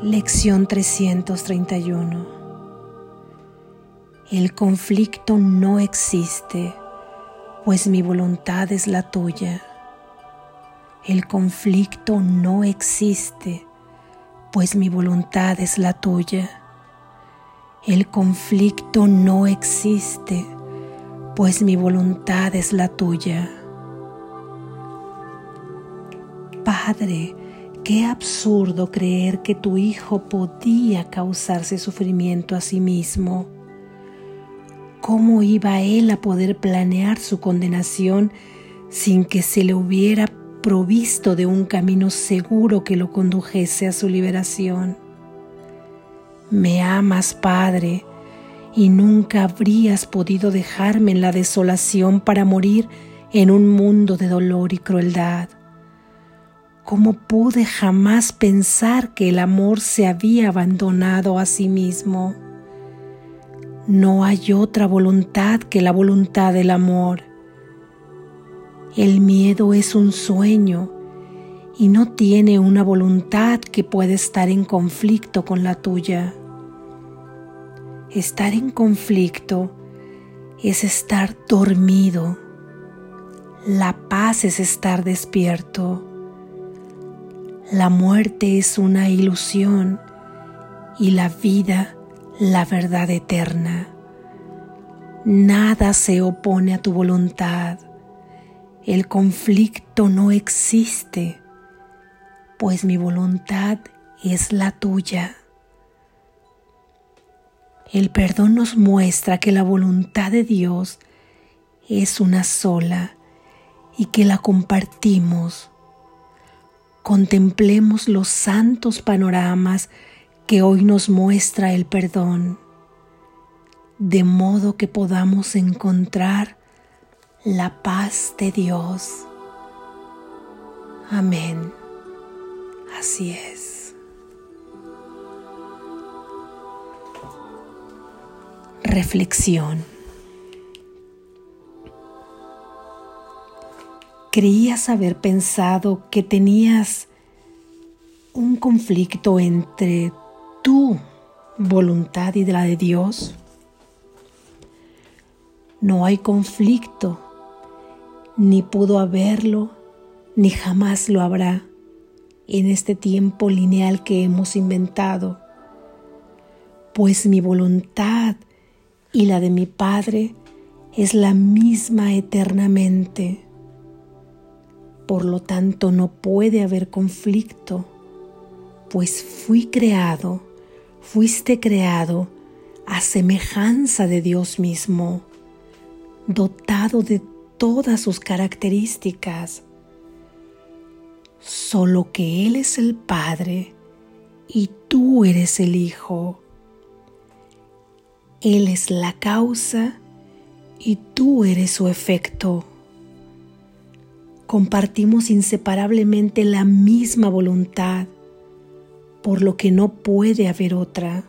Lección 331. El conflicto no existe, pues mi voluntad es la tuya. El conflicto no existe, pues mi voluntad es la tuya. El conflicto no existe, pues mi voluntad es la tuya. Padre, qué absurdo creer que tu hijo podía causarse sufrimiento a sí mismo. ¿Cómo iba él a poder planear su condenación sin que se le hubiera provisto de un camino seguro que lo condujese a su liberación? Me amas, Padre, y nunca habrías podido dejarme en la desolación para morir en un mundo de dolor y crueldad. ¿Cómo pude jamás pensar que el amor se había abandonado a sí mismo? No hay otra voluntad que la voluntad del amor. El miedo es un sueño y no tiene una voluntad que pueda estar en conflicto con la tuya. Estar en conflicto es estar dormido. La paz es estar despierto. La muerte es una ilusión y la vida la verdad eterna. Nada se opone a tu voluntad. El conflicto no existe, pues mi voluntad es la tuya. El perdón nos muestra que la voluntad de Dios es una sola y que la compartimos. Contemplemos los santos panoramas que hoy nos muestra el perdón, de modo que podamos encontrar la paz de Dios. Amén. Así es. Reflexión. Creías haber pensado que tenías un conflicto entre tu voluntad y la de Dios. No hay conflicto, ni pudo haberlo, ni jamás lo habrá en este tiempo lineal que hemos inventado, pues mi voluntad y la de mi Padre es la misma eternamente. Por lo tanto, no puede haber conflicto, pues fuiste creado a semejanza de Dios mismo, dotado de todas sus características, solo que Él es el Padre y tú eres el Hijo. Él es la causa y tú eres su efecto. Compartimos inseparablemente la misma voluntad, por lo que no puede haber otra.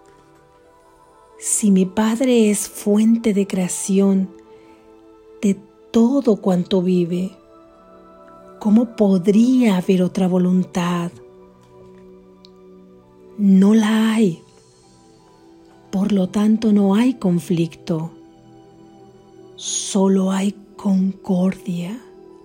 Si mi Padre es fuente de creación de todo cuanto vive, ¿cómo podría haber otra voluntad? No la hay. Por lo tanto, no hay conflicto. Solo hay concordia.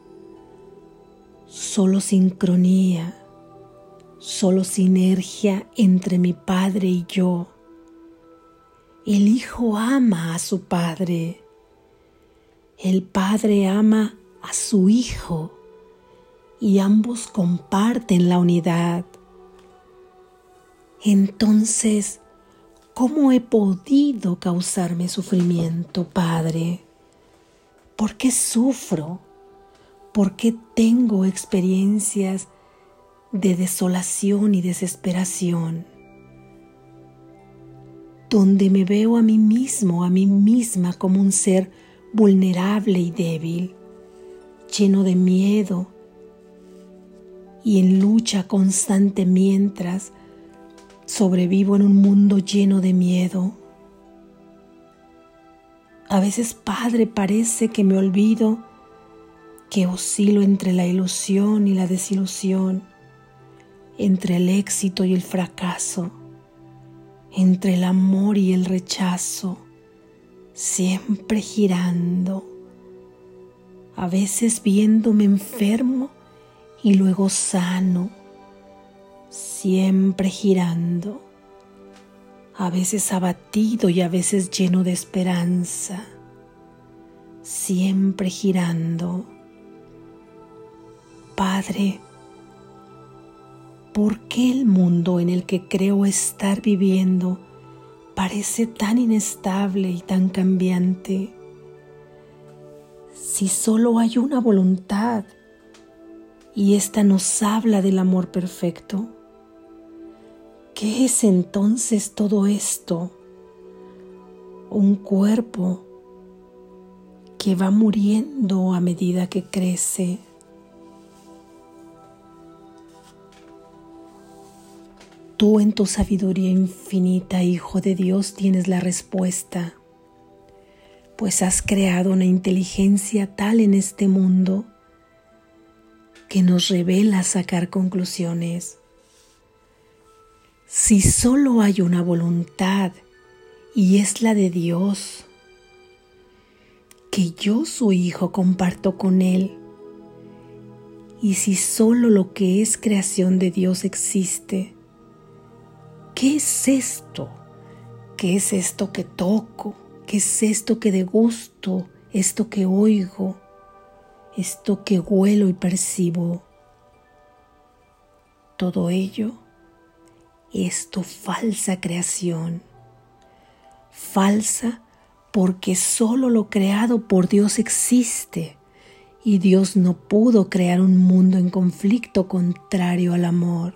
Solo sincronía, solo sinergia entre mi Padre y yo. El Hijo ama a su Padre. El Padre ama a su Hijo y ambos comparten la unidad. Entonces, ¿cómo he podido causarme sufrimiento, Padre? ¿Por qué sufro? ¿Por qué tengo experiencias de desolación y desesperación? Donde me veo a mí mismo, a mí misma como un ser vulnerable y débil, lleno de miedo y en lucha constante mientras sobrevivo en un mundo lleno de miedo. A veces, Padre, parece que me olvido, que oscilo entre la ilusión y la desilusión, entre el éxito y el fracaso, entre el amor y el rechazo, siempre girando, a veces viéndome enfermo y luego sano, siempre girando, a veces abatido y a veces lleno de esperanza, siempre girando. Padre, ¿por qué el mundo en el que creo estar viviendo parece tan inestable y tan cambiante? Si solo hay una voluntad y esta nos habla del amor perfecto, ¿qué es entonces todo esto? Un cuerpo que va muriendo a medida que crece. Tú en tu sabiduría infinita, Hijo de Dios, tienes la respuesta, pues has creado una inteligencia tal en este mundo que nos revela sacar conclusiones. Si solo hay una voluntad y es la de Dios, que yo, su Hijo, comparto con Él, y si solo lo que es creación de Dios existe, ¿qué es esto? ¿Qué es esto que toco? ¿Qué es esto que degusto? ¿Esto que oigo? ¿Esto que huelo y percibo? Todo ello es tu falsa creación. Falsa porque solo lo creado por Dios existe y Dios no pudo crear un mundo en conflicto contrario al amor.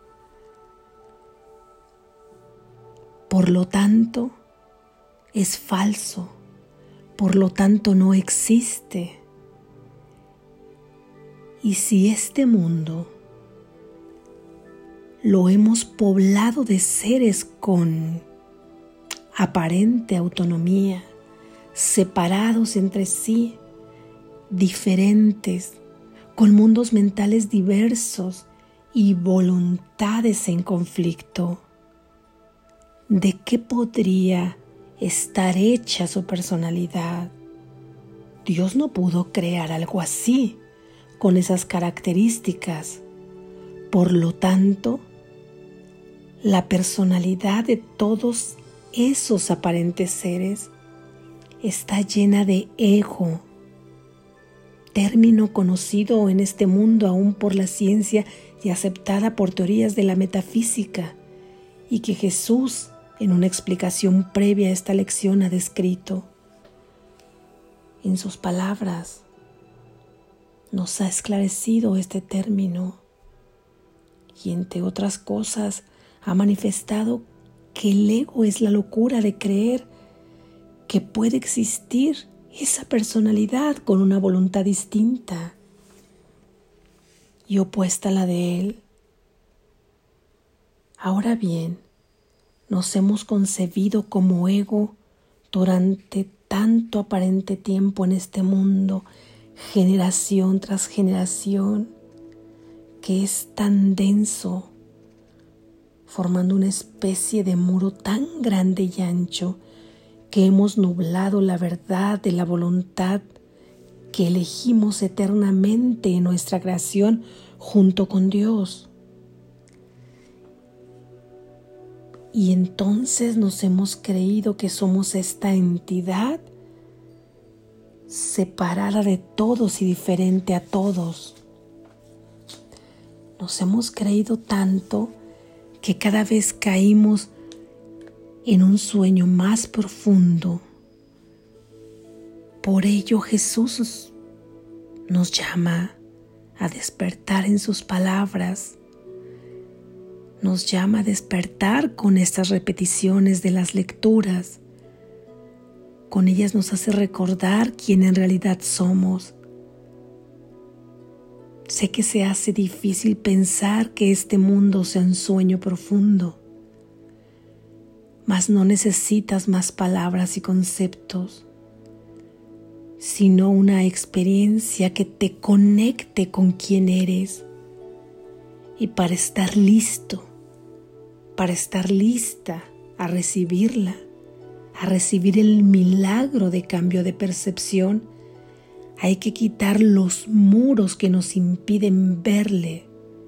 Por lo tanto, es falso, por lo tanto no existe. Y si este mundo lo hemos poblado de seres con aparente autonomía, separados entre sí, diferentes, con mundos mentales diversos y voluntades en conflicto, ¿de qué podría estar hecha su personalidad? Dios no pudo crear algo así, con esas características. Por lo tanto, la personalidad de todos esos aparentes seres está llena de ego, término conocido en este mundo aún por la ciencia y aceptada por teorías de la metafísica, y que Jesús, en una explicación previa a esta lección, ha descrito. En sus palabras nos ha esclarecido este término y, entre otras cosas, ha manifestado que el ego es la locura de creer que puede existir esa personalidad con una voluntad distinta y opuesta a la de él. Ahora bien, nos hemos concebido como ego durante tanto aparente tiempo en este mundo, generación tras generación, que es tan denso, formando una especie de muro tan grande y ancho que hemos nublado la verdad de la voluntad que elegimos eternamente en nuestra creación junto con Dios. Y entonces nos hemos creído que somos esta entidad separada de todos y diferente a todos. Nos hemos creído tanto que cada vez caímos en un sueño más profundo. Por ello Jesús nos llama a despertar en sus palabras. Nos llama a despertar con estas repeticiones de las lecturas. Con ellas nos hace recordar quién en realidad somos. Sé que se hace difícil pensar que este mundo sea un sueño profundo, mas no necesitas más palabras y conceptos, sino una experiencia que te conecte con quién eres y para estar listo, para estar lista a recibirla, a recibir el milagro de cambio de percepción, hay que quitar los muros que nos impiden verle.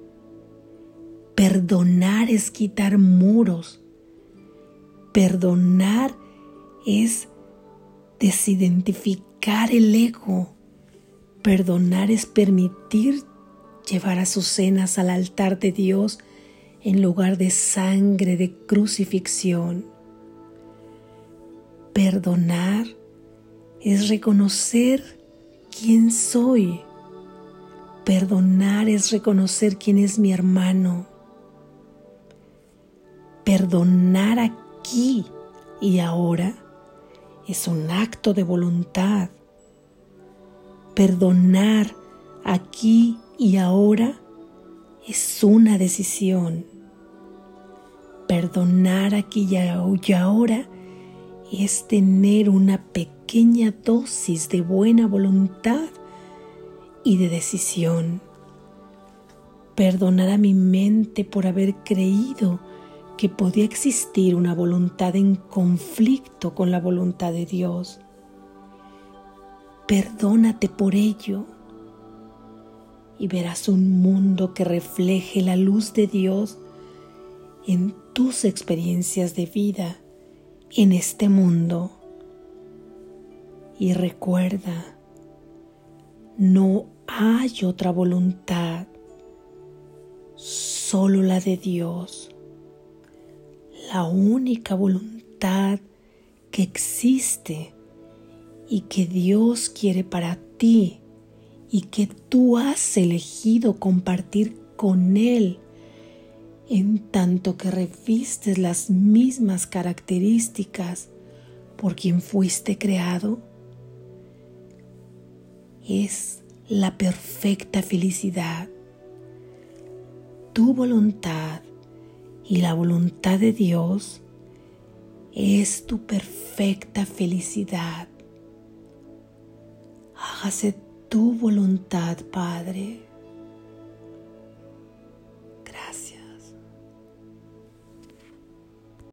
Perdonar es quitar muros. Perdonar es desidentificar el ego. Perdonar es permitir llevar azucenas al altar de Dios en lugar de sangre de crucifixión. Perdonar es reconocer quién soy. Perdonar es reconocer quién es mi hermano. Perdonar aquí y ahora es un acto de voluntad. Perdonar aquí y ahora es una decisión. Perdonar aquí y ahora es tener una pequeña dosis de buena voluntad y de decisión. Perdonar a mi mente por haber creído que podía existir una voluntad en conflicto con la voluntad de Dios. Perdónate por ello y verás un mundo que refleje la luz de Dios en tus experiencias de vida en este mundo. Y recuerda, no hay otra voluntad, solo la de Dios. La única voluntad que existe y que Dios quiere para ti y que tú has elegido compartir con Él, en tanto que revistes las mismas características por quien fuiste creado, es la perfecta felicidad. Tu voluntad y la voluntad de Dios es tu perfecta felicidad. Hágase tu voluntad, Padre.